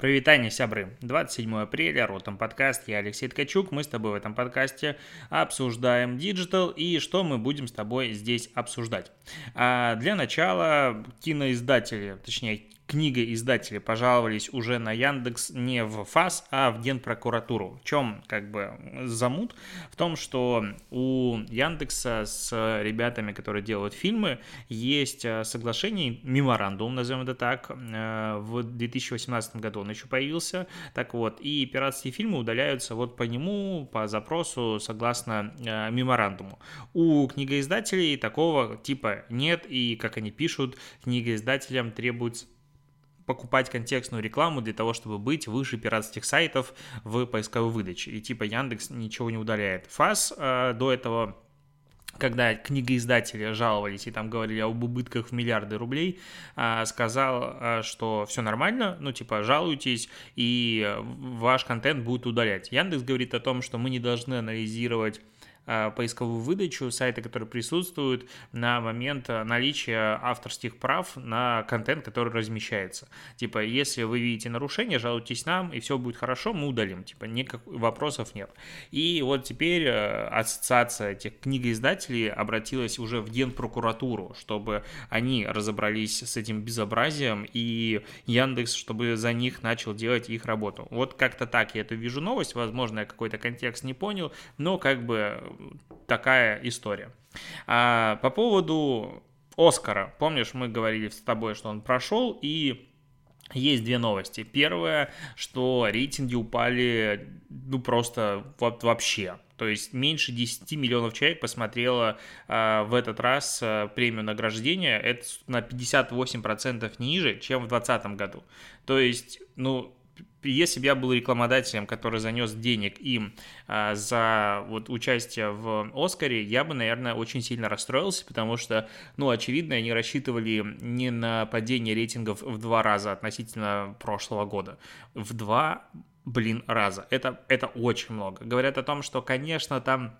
Привитание, сябры. 27 апреля, Ротом подкаст, я Алексей Ткачук. Мы с тобой в этом подкасте обсуждаем диджитал и что мы будем с тобой здесь обсуждать. Для начала киноиздатели, точнее книгоиздатели пожаловались уже на Яндекс не в ФАС, а в Генпрокуратуру. В чем замут? В том, что у Яндекса с ребятами, которые делают фильмы, есть соглашение, меморандум, назовем это так, в 2018 году он еще появился. Так вот, и пиратские фильмы удаляются вот по нему, по запросу, согласно меморандуму. У книгоиздателей такого типа нет, и, как они пишут, книгоиздателям требуется покупать контекстную рекламу для того, чтобы быть выше пиратских сайтов в поисковой выдаче. И типа Яндекс ничего не удаляет. ФАС до этого, когда книгоиздатели жаловались и там говорили об убытках в миллиарды рублей, сказал, что все нормально, жалуйтесь, и ваш контент будет удалять. Яндекс говорит о том, что мы не должны анализировать поисковую выдачу сайта, которые присутствуют на момент наличия авторских прав на контент, который размещается. Если вы видите нарушение, жалуйтесь нам, и все будет хорошо, мы удалим. Никаких вопросов нет. И вот теперь ассоциация этих книгоиздателей обратилась уже в Генпрокуратуру, чтобы они разобрались с этим безобразием, и Яндекс, чтобы за них начал делать их работу. Вот как-то так я эту вижу новость, возможно, я какой-то контекст не понял, но такая история. По поводу Оскара. Помнишь, мы говорили с тобой, что он прошел, и есть две новости. Первое, что рейтинги упали, просто вообще. То есть меньше 10 миллионов человек посмотрело в этот раз премию награждения. Это на 58% ниже, чем в 2020 году. То есть, если бы я был рекламодателем, который занес денег им за участие в Оскаре, я бы, наверное, очень сильно расстроился, потому что, очевидно, они рассчитывали не на падение рейтингов в 2 раза относительно прошлого года. В 2, раза. Это очень много. Говорят о том, что, конечно, там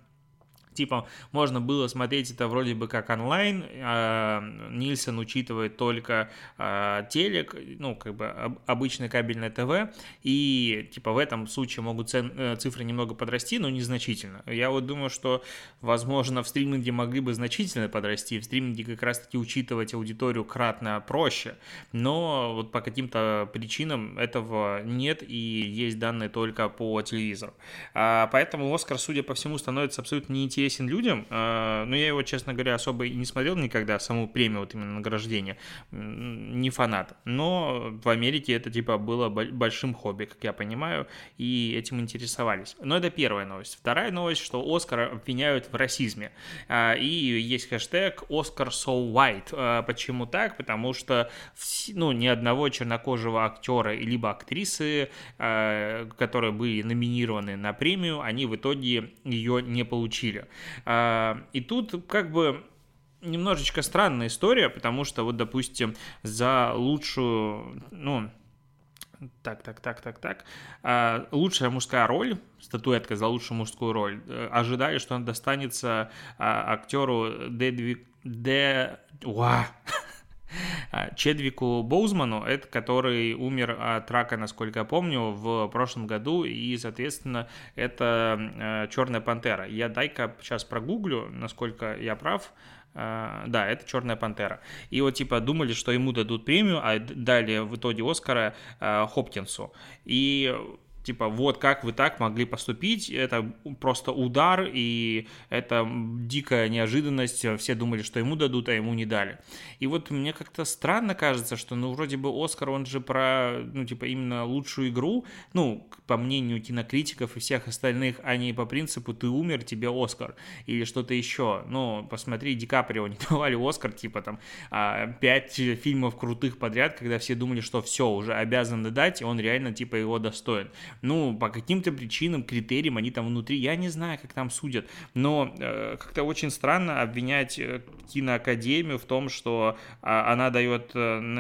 можно было смотреть это вроде бы как онлайн, Нильсон учитывает только телек, обычное кабельное ТВ, и в этом случае могут цифры немного подрасти, но незначительно. Я думаю, что, возможно, в стриминге могли бы значительно подрасти, в стриминге как раз-таки учитывать аудиторию кратно проще, но по каким-то причинам этого нет, и есть данные только по телевизору. Поэтому Оскар, судя по всему, становится абсолютно неинтересным людям, но я его, честно говоря, особо и не смотрел никогда, саму премию, именно награждение, не фанат, но в Америке это было большим хобби, как я понимаю, и этим интересовались. Но это первая новость. Вторая новость, что Оскар обвиняют в расизме, и есть хэштег Oscar so white. Почему так? Потому что ни одного чернокожего актера либо актрисы, которые были номинированы на премию, они в итоге ее не получили. И тут немножечко странная история, потому что допустим, за лучшую, лучшая мужская роль, статуэтка за лучшую мужскую роль, ожидали, что она достанется актеру Чедвику Боузману, это который умер от рака, насколько я помню, в прошлом году, и, соответственно, это «Черная пантера». Дай-ка сейчас прогуглю, насколько я прав. Да, это «Черная пантера». И думали, что ему дадут премию, а дали в итоге Оскара Хопкинсу. И как вы так могли поступить, это просто удар, и это дикая неожиданность, все думали, что ему дадут, а ему не дали. И мне как-то странно кажется, что, вроде бы Оскар, он же про, именно лучшую игру, по мнению кинокритиков и всех остальных, а не по принципу «ты умер, тебе Оскар» или что-то еще. Посмотри, Ди Каприо не давали Оскар, 5 фильмов крутых подряд, когда все думали, что все, уже обязаны дать, и он реально, его достоин. По каким-то причинам, критериям они там внутри, я не знаю, как там судят, но как-то очень странно обвинять киноакадемию в том, что она дает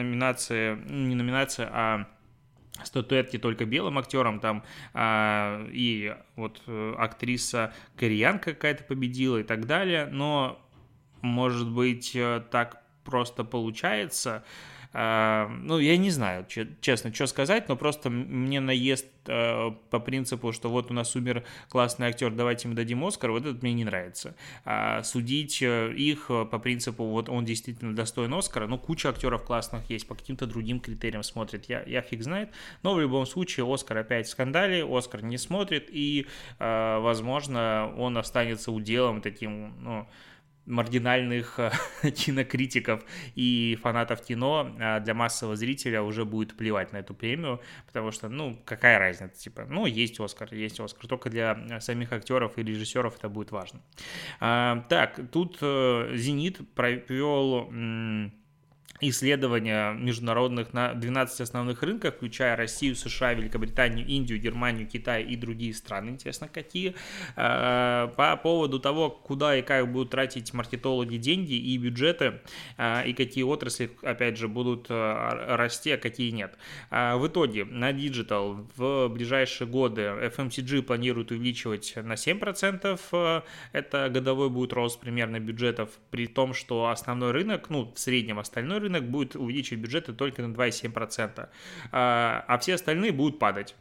статуэтки только белым актерам, и актриса-кореянка какая-то победила и так далее, но, может быть, так просто получается. Ну, я не знаю, честно, что сказать, но просто мне наезд по принципу, что вот у нас супер классный актер, давайте мы дадим Оскар, вот это мне не нравится. Судить их по принципу, вот он действительно достоин Оскара, ну, куча актеров классных есть, по каким-то другим критериям смотрят, я фиг знает, но в любом случае Оскар опять в скандале, Оскар не смотрит, и, возможно, он останется уделом таким, ну, маргинальных кинокритиков и фанатов кино, для массового зрителя уже будет плевать на эту премию, потому что, ну, какая разница, типа, ну, есть Оскар, только для самих актеров и режиссеров это будет важно. Так, тут «Зенит» провел исследования международных на 12 основных рынках, включая Россию, США, Великобританию, Индию, Германию, Китай и другие страны. Интересно, какие. По поводу того, куда и как будут тратить маркетологи деньги и бюджеты, и какие отрасли, опять же, будут расти, а какие нет. В итоге на Digital в ближайшие годы FMCG планируют увеличивать на 7%. Это годовой будет рост примерно бюджетов, при том, что основной рынок, ну, в среднем остальной рынок, будет увеличивать бюджеты только на 2,7%, а все остальные будут падать.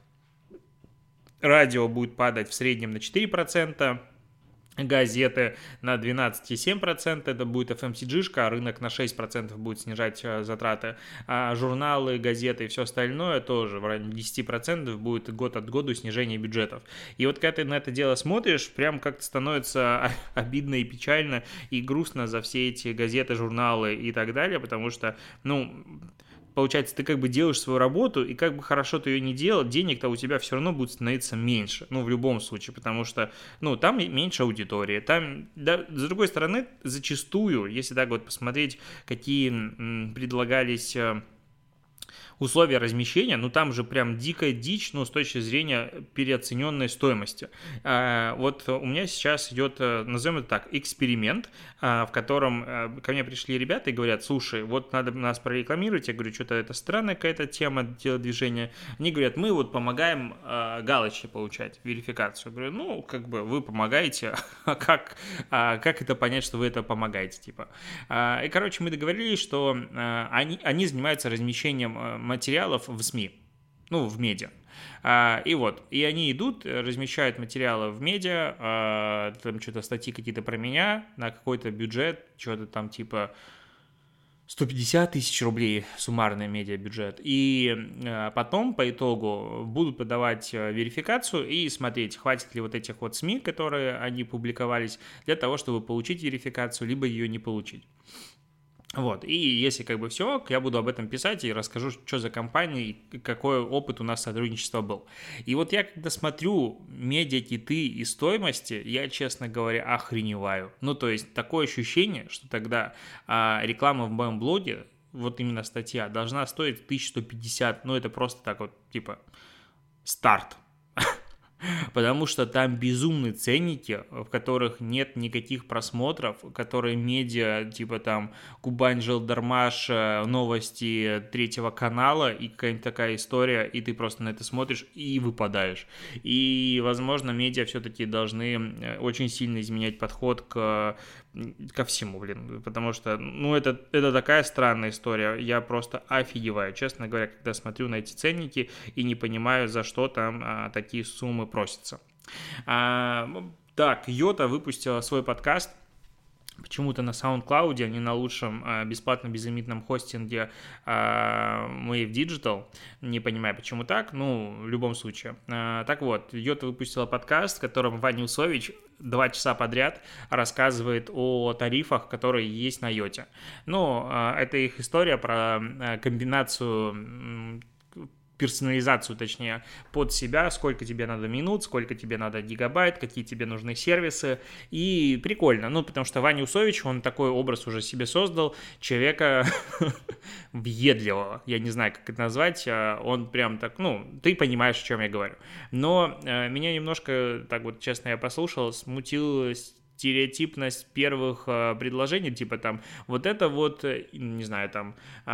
Радио будет падать в среднем на 4%, газеты на 12,7%, это будет FMCG-шка, а рынок на 6% будет снижать затраты, а журналы, газеты и все остальное тоже в районе 10% будет год от года снижение бюджетов. И вот когда ты на это дело смотришь, прям как-то становится обидно и печально, и грустно за все эти газеты, журналы и так далее, потому что, ну, получается, ты как бы делаешь свою работу, и как бы хорошо ты ее не делал, денег-то у тебя все равно будет становиться меньше, ну, в любом случае, потому что, ну, там меньше аудитории, там, да, с другой стороны, зачастую, если так вот посмотреть, какие предлагались условия размещения, ну там же прям дикая дичь, ну с точки зрения переоцененной стоимости. Вот у меня сейчас идет, назовем это так, эксперимент, в котором ко мне пришли ребята и говорят: слушай, вот надо нас прорекламировать. Я говорю, что-то это странная какая-то тема телодвижения. Они говорят, мы вот помогаем галочки получать, верификацию. Я говорю, ну как бы вы помогаете, а как это понять, что вы это помогаете, типа. И, короче, мы договорились, что они занимаются размещением материалов в СМИ, ну, в медиа. И вот, и они идут, размещают материалы в медиа, там что-то статьи какие-то про меня на какой-то бюджет, что-то там типа 150 тысяч рублей суммарный медиабюджет. И потом по итогу будут подавать верификацию и смотреть, хватит ли вот этих вот СМИ, которые они публиковались, для того, чтобы получить верификацию, либо ее не получить. Вот, и если как бы все, я буду об этом писать и расскажу, что за компания и какой опыт у нас сотрудничества был. И вот я когда смотрю медиакиты и стоимости, я, честно говоря, охреневаю. Ну, то есть такое ощущение, что тогда реклама в моем блоге, вот именно статья, должна стоить 1150, ну, это просто так вот, типа, старт. Потому что там безумные ценники, в которых нет никаких просмотров, которые медиа, типа там Кубань, Желдармаш, новости третьего канала и какая-нибудь такая история, и ты просто на это смотришь и выпадаешь. И, возможно, медиа все-таки должны очень сильно изменять подход ко всему, блин, потому что, ну, это такая странная история, я просто офигеваю, честно говоря, когда смотрю на эти ценники и не понимаю, за что там такие суммы просятся. Так, Йота выпустила свой подкаст, почему-то на SoundCloud, а не на лучшем бесплатном безлимитном хостинге Wave Digital. Не понимаю, почему так, ну, в любом случае. Так вот, Йота выпустила подкаст, в котором Ваня Усович 2 часа подряд рассказывает о тарифах, которые есть на Йоте. Ну, это их история про комбинацию, персонализацию, точнее, под себя, сколько тебе надо минут, сколько тебе надо гигабайт, какие тебе нужны сервисы, и прикольно, ну, потому что Ваня Усович, он такой образ уже себе создал, человека въедливого, я не знаю, как это назвать, он прям так, ну, ты понимаешь, о чем я говорю, но меня немножко, так вот, честно, я послушал, смутил стереотипность первых предложений, типа там, вот это вот, не знаю, там,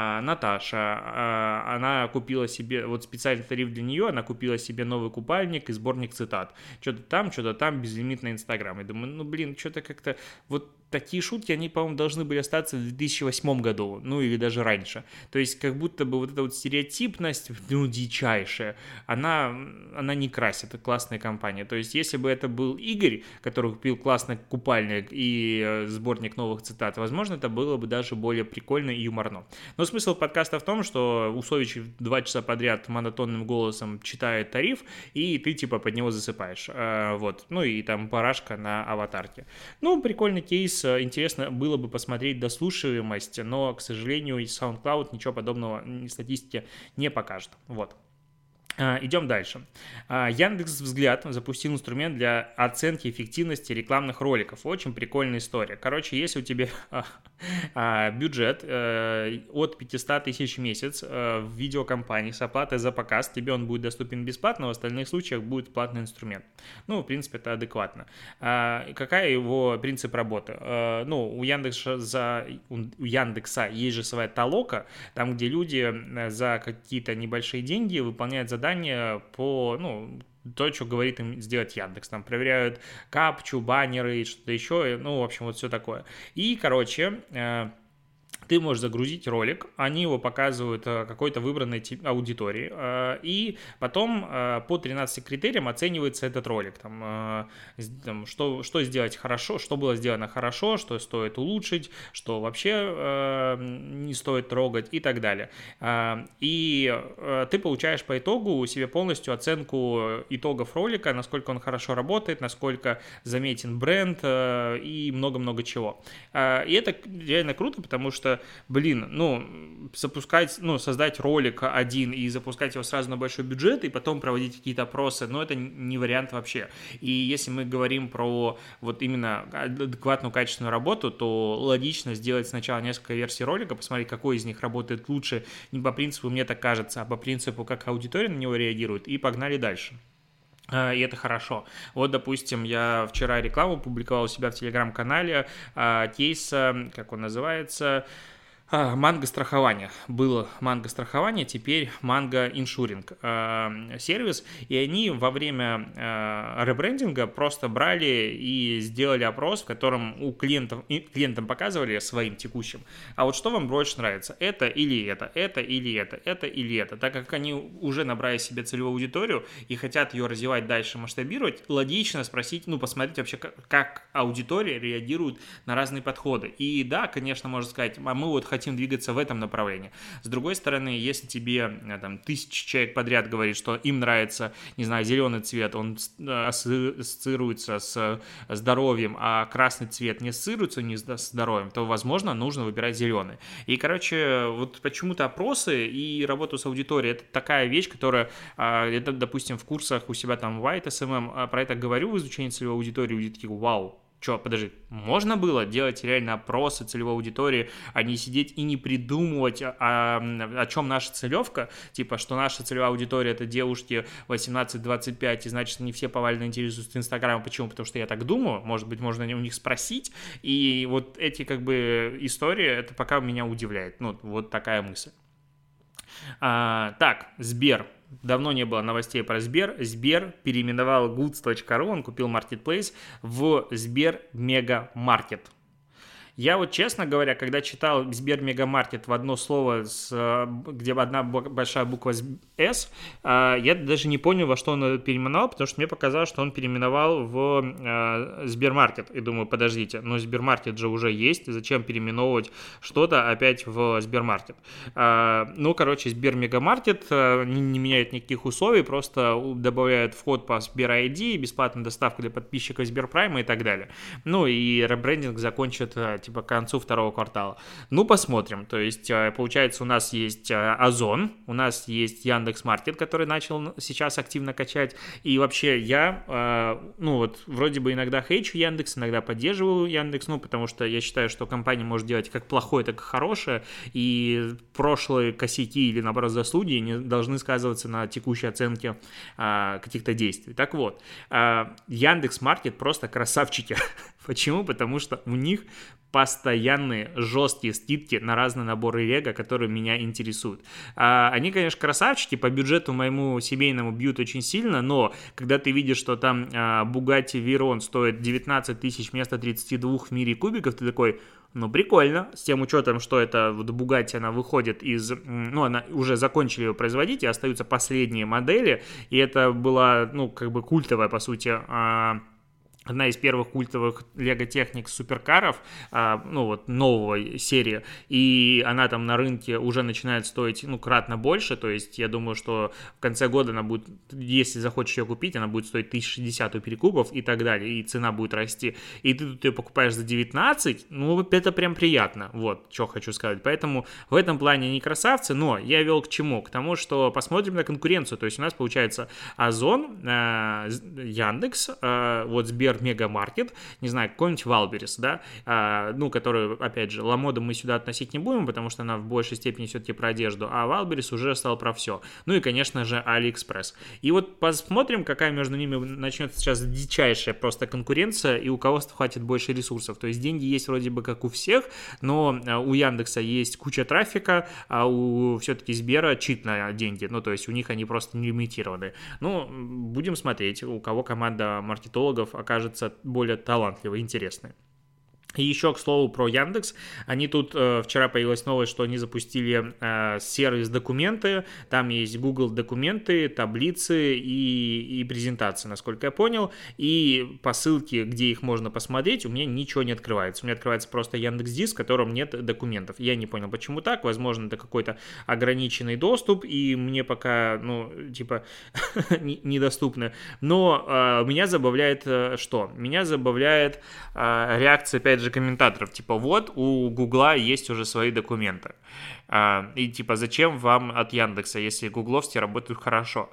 Наташа, она купила себе, вот специальный тариф для нее, она купила себе новый купальник и сборник цитат, что-то там, безлимитный Инстаграм. Я думаю, ну, блин, что-то как-то, вот такие шутки, они, по-моему, должны были остаться в 2008 году, ну или даже раньше. То есть как будто бы вот эта вот стереотипность, ну, дичайшая, она не красит, это классная компания. То есть если бы это был Игорь, который купил классный купальник и сборник новых цитат, возможно, это было бы даже более прикольно и юморно. Но смысл подкаста в том, что Усович 2 часа подряд монотонным голосом читает тариф, и ты типа под него засыпаешь. Вот. Ну и там парашка на аватарке. Ну, прикольный кейс. Интересно было бы посмотреть дослушиваемость, но, к сожалению, SoundCloud ничего подобного статистики не покажет. Вот. Идем дальше. Яндекс.Взгляд запустил инструмент для оценки эффективности рекламных роликов. Очень прикольная история. Короче, если у тебя бюджет от 500 тысяч в месяц в видеокомпании с оплатой за показ, тебе он будет доступен бесплатно, в остальных случаях будет платный инструмент. Ну, в принципе, это адекватно. Какая его принцип работы? Ну, у Яндекса есть же своя толока, там, где люди за какие-то небольшие деньги выполняют задания по, ну, то, что говорит им сделать Яндекс. Там проверяют капчу, баннеры и что-то еще, ну, в общем, вот все такое. И, короче, ты можешь загрузить ролик, они его показывают какой-то выбранной аудитории, и потом по 13 критериям оценивается этот ролик. Что сделать хорошо, что было сделано хорошо, что стоит улучшить, что вообще не стоит трогать и так далее. И ты получаешь по итогу себе полностью оценку итогов ролика, насколько он хорошо работает, насколько заметен бренд и много-много чего. И это реально круто, потому что создать ролик один и запускать его сразу на большой бюджет и потом проводить какие-то опросы, это не вариант вообще. И если мы говорим про вот именно адекватную, качественную работу, то логично сделать сначала несколько версий ролика, посмотреть, какой из них работает лучше, не по принципу «мне так кажется», а по принципу, как аудитория на него реагирует, и погнали дальше. И это хорошо. Вот, допустим, я вчера рекламу публиковал у себя в Телеграм-канале кейса, как он называется, Манго-страхование. Было Манго-страхование, теперь Манго-иншуринг сервис. И они во время ребрендинга просто брали и сделали опрос, в котором клиентам показывали своим текущим. А вот что вам больше нравится? Это или это? Это или это? Это или это? Так как они уже набрали себе целевую аудиторию и хотят ее развивать дальше, масштабировать, логично спросить, посмотреть вообще, как аудитория реагирует на разные подходы. И да, конечно, можно сказать, а мы вот хотим двигаться в этом направлении. С другой стороны, если тебе 1000 человек подряд говорит, что им нравится, не знаю, зеленый цвет, он ассоциируется с здоровьем, а красный цвет не ассоциируется с здоровьем, то, возможно, нужно выбирать зеленый. И, короче, вот почему-то опросы и работу с аудиторией — это такая вещь, которая, это, допустим, в курсах у себя там в White SMM про это говорю в изучении целевой аудитории, люди такие: вау, подожди, можно было делать реально опросы целевой аудитории, а не сидеть и не придумывать, о чем наша целевка, типа, что наша целевая аудитория — это девушки 18-25, и значит, не все повально интересуются Инстаграмом. Почему? Потому что я так думаю, может быть, можно у них спросить, и вот эти, истории, это пока меня удивляет, вот такая мысль. Так, Сбер. Давно не было новостей про Сбер. Сбер переименовал goods.ru, он купил Marketplace в Сбер Мегамаркет. Я вот, честно говоря, когда читал Сбер Мегамаркет в одно слово, где одна большая буква «С», я даже не понял, во что он переименовал, потому что мне показалось, что он переименовал в Сбермаркет. И думаю, подождите, но Сбермаркет же уже есть, зачем переименовывать что-то опять в Сбермаркет? Короче, Сбер Мегамаркет не меняет никаких условий, просто добавляет вход по Сбер ID, бесплатная доставка для подписчиков Сберпрайма и так далее. И ребрендинг закончат к концу второго квартала. Посмотрим. То есть, получается, у нас есть Озон, у нас есть Яндекс.Маркет, который начал сейчас активно качать. И вообще я, вроде бы иногда хейчу Яндекс, иногда поддерживаю Яндекс, потому что я считаю, что компания может делать как плохое, так и хорошее, и прошлые косяки или, наоборот, заслуги не должны сказываться на текущей оценке каких-то действий. Так вот, Яндекс.Маркет просто красавчики. Почему? Потому что у них постоянные жесткие скидки на разные наборы лего, которые меня интересуют. Они, конечно, красавчики, по бюджету моему семейному бьют очень сильно, но когда ты видишь, что там Bugatti Veyron стоит 19 тысяч вместо 32 в мире кубиков, ты такой... Ну, прикольно, с тем учетом, что это вот Bugatti, она выходит из... Ну, она уже закончили ее производить, и остаются последние модели, и это была, ну, как бы культовая, по сути, одна из первых культовых Lego Technics суперкаров, ну вот, новой серии, и она там на рынке уже начинает стоить, ну, кратно больше, то есть я думаю, что в конце года она будет, если захочешь ее купить, она будет стоить 1060 у перекупов и так далее, и цена будет расти, и ты тут ее покупаешь за 19, ну, это прям приятно, вот, что хочу сказать, поэтому в этом плане они красавцы, но я вел к чему? К тому, что посмотрим на конкуренцию, то есть у нас получается Озон, Яндекс, вот Сбер, Мегамаркет, не знаю, какой-нибудь Валберес, да, ну, который, опять же, Ламоду мы сюда относить не будем, потому что она в большей степени все-таки про одежду, а Валберес уже стал про все. Ну и, конечно же, Алиэкспресс. И вот посмотрим, какая между ними начнется сейчас дичайшая просто конкуренция, и у кого хватит больше ресурсов. То есть деньги есть вроде бы как у всех, но у Яндекса есть куча трафика, а у все-таки Сбера чит на деньги, ну, то есть у них они просто не лимитированы. Ну, будем смотреть, у кого команда маркетологов окажется более талантливой, интересной. И еще, к слову, про Яндекс. Они тут, вчера появилась новость, что они запустили сервис документы. Там есть Google документы, таблицы и презентации, насколько я понял. И по ссылке, где их можно посмотреть, у меня ничего не открывается. У меня открывается просто Яндекс.Диск, в котором нет документов. Я не понял, почему так. Возможно, это какой-то ограниченный доступ, и мне пока, ну, типа, недоступно. Но меня забавляет что? Меня забавляет реакция, опять же, комментаторов, типа, вот, у Гугла есть уже свои документы, и, типа, зачем вам от Яндекса, если гугловские работают хорошо?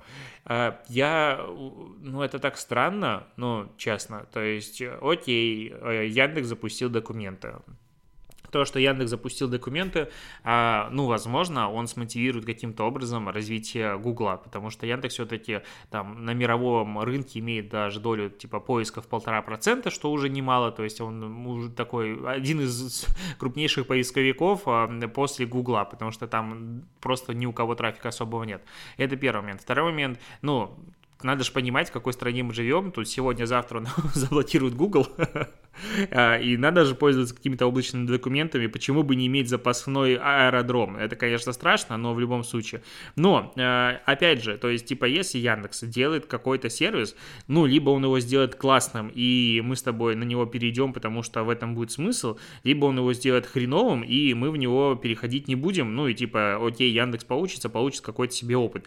Ну, это так странно, ну, честно, то есть, окей, Яндекс запустил документы. То, что Яндекс запустил документы, ну, возможно, он смотивирует каким-то образом развитие Гугла, потому что Яндекс все-таки там на мировом рынке имеет даже долю типа поисков 1,5%, что уже немало, то есть он уже такой один из крупнейших поисковиков после Гугла, потому что там просто ни у кого трафика особого нет. Это первый момент. Второй момент, ну, надо же понимать, в какой стране мы живем. Тут сегодня-завтра заблокируют Google, и надо же пользоваться какими-то облачными документами. Почему бы не иметь запасной аэродром? Это, конечно, страшно, но в любом случае. Но, опять же, то есть, типа, если Яндекс делает какой-то сервис, ну, либо он его сделает классным, и мы с тобой на него перейдем, потому что в этом будет смысл, либо он его сделает хреновым, и мы в него переходить не будем. Ну, и типа, окей, Яндекс получит какой-то себе опыт.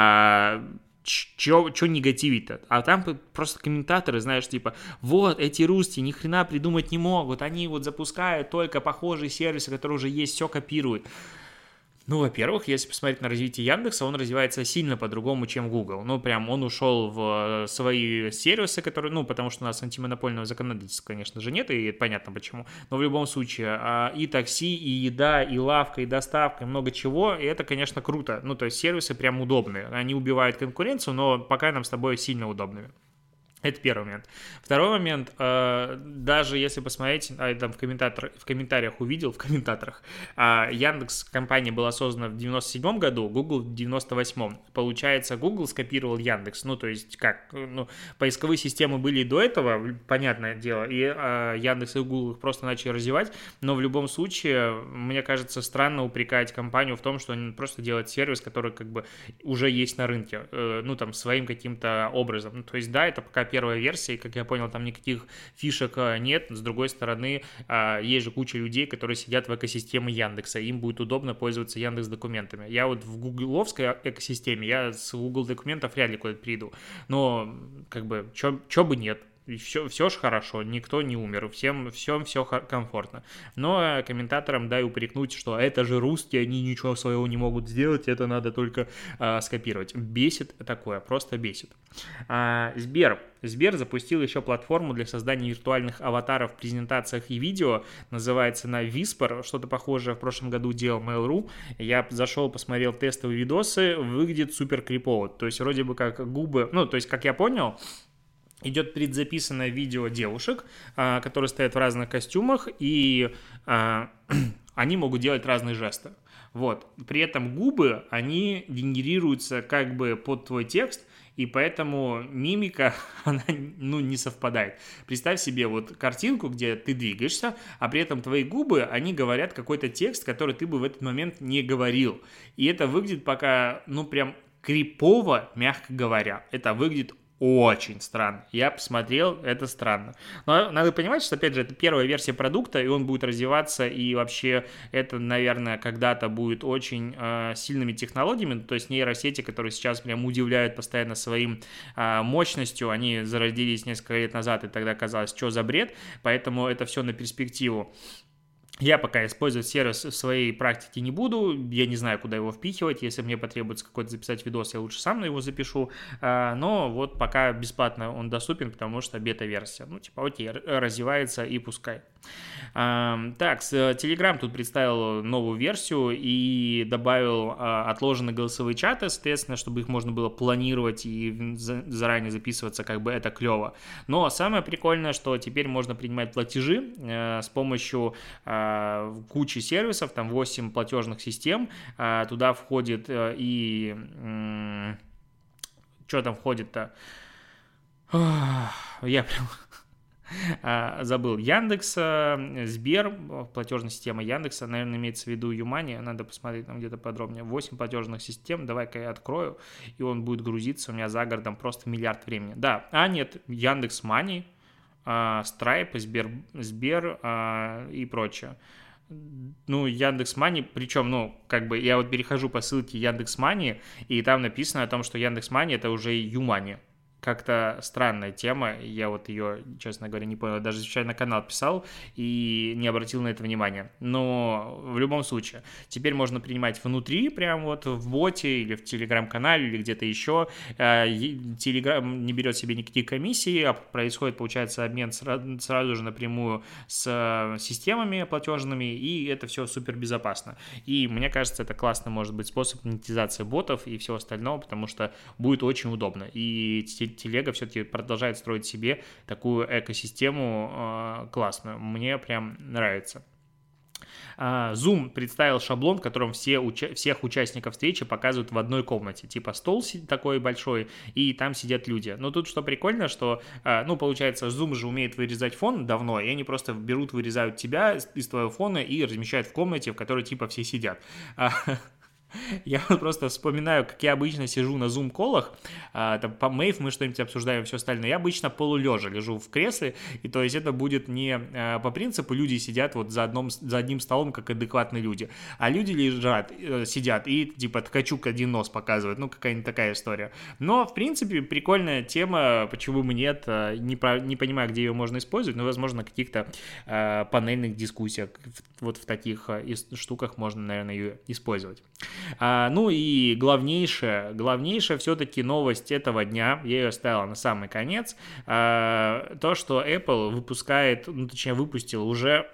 Чё негативить-то? А там просто комментаторы, знаешь, типа, вот, эти русские ни хрена придумать не могут, они вот запускают только похожие сервисы, которые уже есть, все копируют. Ну, во-первых, если посмотреть на развитие Яндекса, он развивается сильно по-другому, чем Google. Ну, прям он ушел в свои сервисы, которые, ну, потому что у нас антимонопольного законодательства, конечно же, нет, и понятно почему. Но в любом случае, и такси, и еда, и лавка, и доставка, и много чего, и это, конечно, круто. Ну, то есть сервисы прям удобные. Они убивают конкуренцию, но пока нам с тобой сильно удобными. Это первый момент. Второй момент, даже если посмотреть, там в комментариях увидел, Яндекс компания была создана в 97 году, Google в 98. Получается, Google скопировал Яндекс, ну, то есть как, ну, поисковые системы были и до этого, понятное дело, и Яндекс и Google их просто начали развивать, но в любом случае, мне кажется, странно упрекать компанию в том, что они просто делают сервис, который как бы уже есть на рынке, ну, там, своим каким-то образом. Ну, то есть, да, это пока первая версия, и, как я понял, там никаких фишек нет. С другой стороны, есть же куча людей, которые сидят в экосистеме Яндекса, им будет удобно пользоваться Яндекс документами. Я вот в гугловской экосистеме, я с Google документов вряд ли куда-то приду, но как бы, чё бы нет. И все ж хорошо, никто не умер, всем все комфортно. Но комментаторам дай упрекнуть, что это же русские, они ничего своего не могут сделать, это надо только скопировать. Бесит такое, просто бесит. Сбер запустил еще платформу для создания виртуальных аватаров в презентациях и видео, называется она Whisper, что-то похожее в прошлом году делал Mail.ru. Я зашел, посмотрел тестовые видосы, выглядит супер крипово, то есть вроде бы как губы, ну, то есть, как я понял, идет предзаписанное видео девушек, которые стоят в разных костюмах, и они могут делать разные жесты. Вот. При этом губы, они генерируются как бы под твой текст, и поэтому мимика, она, не совпадает. Представь себе вот картинку, где ты двигаешься, а при этом твои губы, они говорят какой-то текст, который ты бы в этот момент не говорил. И это выглядит пока, прям крипово, мягко говоря. Это выглядит очень странно. Я посмотрел, это странно. Но надо понимать, что, опять же, это первая версия продукта, и он будет развиваться, и вообще это, наверное, когда-то будет очень сильными технологиями. То есть нейросети, которые сейчас прям удивляют постоянно своим мощностью, они зародились несколько лет назад, и тогда казалось, что за бред. Поэтому это все на перспективу. Я пока использовать сервис в своей практике не буду, я не знаю, куда его впихивать, если мне потребуется какой-то записать видос, я лучше сам его запишу, но вот пока бесплатно он доступен, потому что бета-версия, окей, развивается и пускай. Так, Telegram тут представил новую версию и добавил отложенные голосовые чаты, соответственно, чтобы их можно было планировать и заранее записываться, как бы это клево. Но самое прикольное, что теперь можно принимать платежи с помощью кучи сервисов, там 8 платежных систем, туда входит и... Что там входит-то? Я прям... забыл. Яндекс, Сбер, платежная система Яндекса, наверное, имеется в виду Юмани, надо посмотреть там где-то подробнее. 8 платежных систем, давай-ка я открою, и он будет грузиться у меня за городом просто миллиард времени. Да, нет, Яндекс Мани, Stripe, Сбер и прочее. Яндекс Мани, причем, я вот перехожу по ссылке Яндекс Мани, и там написано о том, что Яндекс Мани это уже Юмани. Как-то странная тема, я вот ее, честно говоря, не понял, даже случайно канал писал и не обратил на это внимания. Но в любом случае, теперь можно принимать внутри, прям вот в боте или в Телеграм-канале или где-то еще. Телеграм не берет себе никаких комиссий, а происходит, получается, обмен сразу же напрямую с системами платежными, и это все супер безопасно. И мне кажется, это классный может быть способ монетизации ботов и всего остального, потому что будет очень удобно. И Телега все-таки продолжает строить себе такую экосистему классную. Мне прям нравится. Zoom представил шаблон, в котором всех участников встречи показывают в одной комнате. Типа стол такой большой, и там сидят люди. Но тут что прикольно, что, получается, Zoom же умеет вырезать фон давно, и они просто вырезают тебя из твоего фона и размещают в комнате, в которой типа все сидят. Я просто вспоминаю, как я обычно сижу на зум-колах, по Мэйв мы что-нибудь обсуждаем, все остальное. Я обычно полулежа лежу в кресле, и то есть это будет не по принципу люди сидят вот за одним столом, как адекватные люди, а люди сидят и типа Ткачук один нос показывает, какая-нибудь такая история. Но, в принципе, прикольная тема, почему бы нет, не понимаю, где ее можно использовать, но, возможно, на каких-то панельных дискуссиях, вот в таких штуках можно, наверное, ее использовать. И главнейшая все-таки новость этого дня, я ее оставил на самый конец, то, что Apple выпустила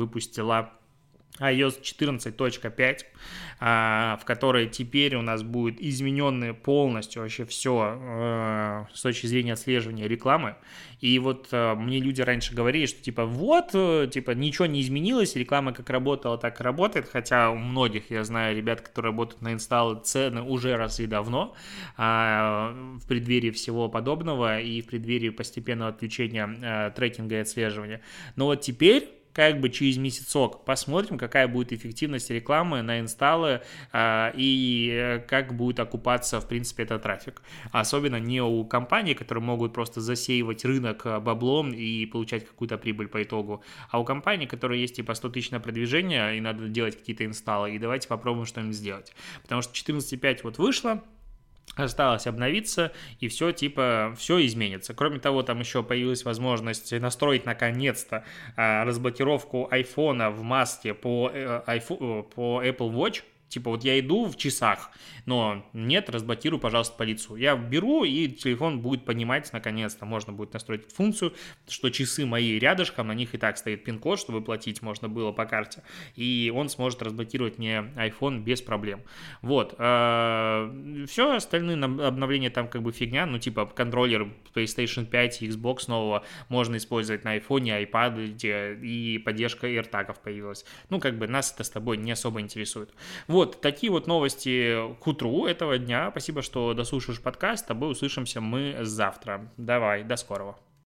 iOS 14.5, в которой теперь у нас будет измененное полностью вообще все с точки зрения отслеживания рекламы. И вот мне люди раньше говорили, что ничего не изменилось, реклама как работала, так и работает, хотя у многих, я знаю, ребят, которые работают на инсталлы, цены уже росли давно в преддверии всего подобного и в преддверии постепенного отключения трекинга и отслеживания. Но вот теперь через месяцок посмотрим, какая будет эффективность рекламы на инсталлы и как будет окупаться, в принципе, этот трафик. Особенно не у компаний, которые могут просто засеивать рынок баблом и получать какую-то прибыль по итогу, а у компаний, которые есть 100 тысяч на продвижение, и надо делать какие-то инсталлы, и давайте попробуем что-нибудь сделать. Потому что 14.5 вот вышло, осталось обновиться, и все изменится. Кроме того, там еще появилась возможность настроить наконец-то разблокировку айфона в маске по Apple Watch. типа вот я иду в часах, но нет, разблокируй, пожалуйста, по лицу. Я беру, и телефон будет понимать, наконец-то, можно будет настроить функцию, что часы мои рядышком, на них и так стоит пин-код, чтобы платить можно было по карте, и он сможет разблокировать мне iPhone без проблем. Вот. Все остальные обновления там как бы фигня, ну типа контроллер PlayStation 5 и Xbox нового можно использовать на iPhone, iPad, и поддержка AirTag'ов появилась. Ну как бы нас это с тобой не особо интересует. Вот, такие вот новости к утру этого дня. Спасибо, что дослушаешь подкаст. С тобой услышимся мы завтра. Давай, до скорого.